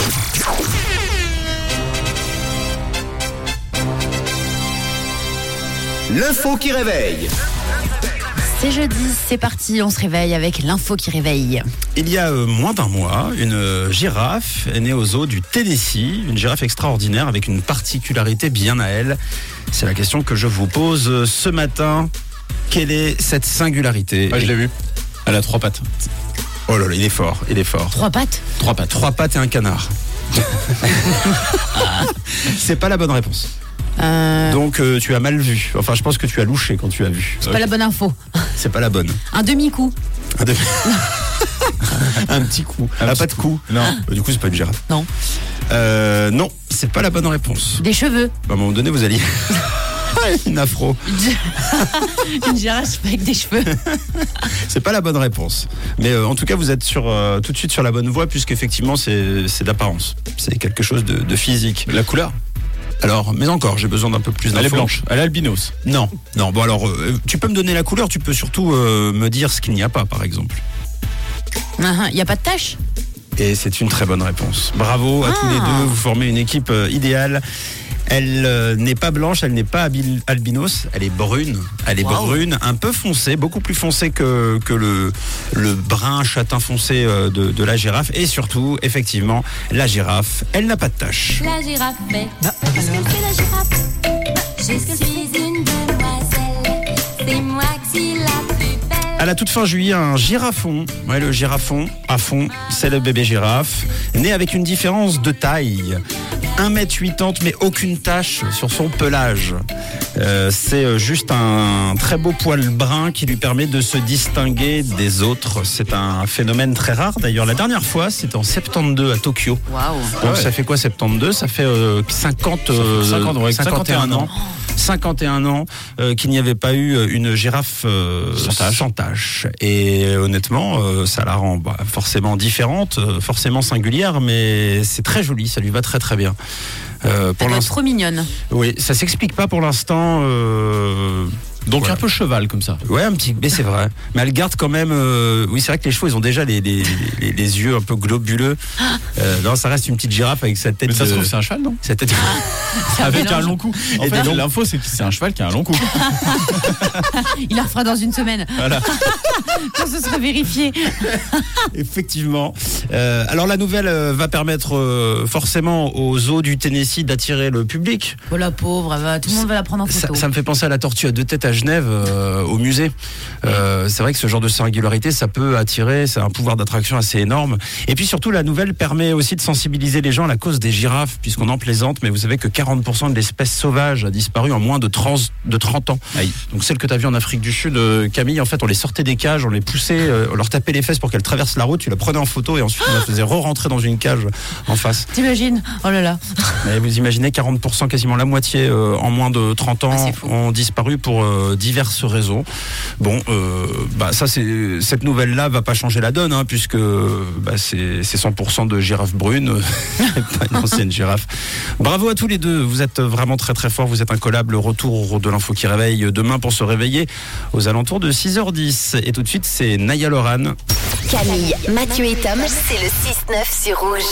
L'info qui réveille. C'est jeudi, c'est parti, on se réveille avec l'info qui réveille. Il y a moins d'un mois, une girafe est née au zoo du Tennessee, une girafe extraordinaire avec une particularité bien à elle. C'est la question que je vous pose ce matin. Quelle est cette singularité? Je l'ai vu. Elle a 3 pattes. Oh là là, il est fort. 3 pattes? 3 pattes. 3 pattes et un canard. C'est pas la bonne réponse. Donc tu as mal vu. Enfin, je pense que tu as louché quand tu as vu. C'est pas la bonne info. C'est pas la bonne. Un demi-coup. Un petit coup. Pas de coup. Non. Du coup, c'est pas une girafe. Non. Non, c'est pas la bonne réponse. Des cheveux. À un moment donné, vous alliez... Une afro. Une girafe avec des cheveux. C'est pas la bonne réponse. Mais en tout cas, vous êtes tout de suite sur la bonne voie, puisqu'effectivement, c'est d'apparence. C'est quelque chose de physique. La couleur? Alors, mais encore, j'ai besoin d'un peu plus d'infos. Elle est blanche. Elle est albinos. Non. Bon alors, tu peux me donner la couleur, tu peux surtout me dire ce qu'il n'y a pas, par exemple. Il n'y a pas de tache? Et c'est une très bonne réponse. Bravo à tous les deux, vous formez une équipe idéale. Elle n'est pas blanche, elle n'est pas albinos, elle est brune. Elle est brune, un peu foncée, beaucoup plus foncée que le brun châtain foncé de la girafe. Et surtout, effectivement, la girafe, elle n'a pas de tache. La girafe fait. Qu'est-ce que fait la girafe? Je suis une demoiselle. C'est moi qui la plus belle. À la toute fin juillet, un girafon. Ouais, le girafon, à fond, c'est le bébé girafe. Né avec une différence de taille. 1m80 mais aucune tache sur son pelage. C'est juste un très beau poil brun qui lui permet de se distinguer des autres. C'est un phénomène très rare. D'ailleurs, la dernière fois, c'était en 72 à Tokyo. Waouh. Donc ça fait quoi 72? Ça fait 51 ans. 51 ans qu'il n'y avait pas eu une girafe sans tache. Et honnêtement, ça la rend forcément différente, forcément singulière, mais c'est très joli, ça lui va très très bien. Pour l'instant, trop mignonne. Oui, ça s'explique pas pour l'instant. Donc voilà. Un peu cheval comme ça. Ouais, un petit, mais c'est vrai. Mais elle garde quand même. Oui, c'est vrai que les chevaux, ils ont déjà les yeux un peu globuleux. Non, ça reste une petite girafe avec sa tête. Mais ça se trouve, c'est un cheval, non? Sa tête. Avec un long cou. En fait, l'info, c'est que c'est un cheval qui a un long cou. Il la refera dans une semaine. Voilà. Quand ce sera vérifié. Effectivement. Alors la nouvelle va permettre forcément au zoo du Tennessee d'attirer le public. Oh la pauvre, tout le monde va la prendre en photo. Ça me fait penser à la tortue à 2 têtes à Genève, au musée. C'est vrai que ce genre de singularité, ça peut attirer, c'est un pouvoir d'attraction assez énorme. Et puis surtout, la nouvelle permet aussi de sensibiliser les gens à la cause des girafes, puisqu'on en plaisante, mais vous savez que 40% de l'espèce sauvage a disparu en moins de 30 ans. Aïe. Donc celle que tu as vue en Afrique du Sud, Camille, en fait, on les sortait des cages, on les poussait, on leur tapait les fesses pour qu'elles traversent la route, tu la prenais en photo et ensuite on la faisait re-rentrer dans une cage en face. T'imagines? Oh là là. Mais vous imaginez 40%, quasiment la moitié en moins de 30 ans ont disparu pour diverses raisons. Bon, ça cette nouvelle-là va pas changer la donne, puisque c'est 100% de girafes brunes, pas une ancienne girafe. Bravo à tous les deux, vous êtes vraiment très très forts, vous êtes incollables. Retour de l'info qui réveille demain pour se réveiller aux alentours de 6h10. Et tout de suite, c'est Naya Loran. Camille, Mathieu et Tom, c'est le 6-9 sur Rouge.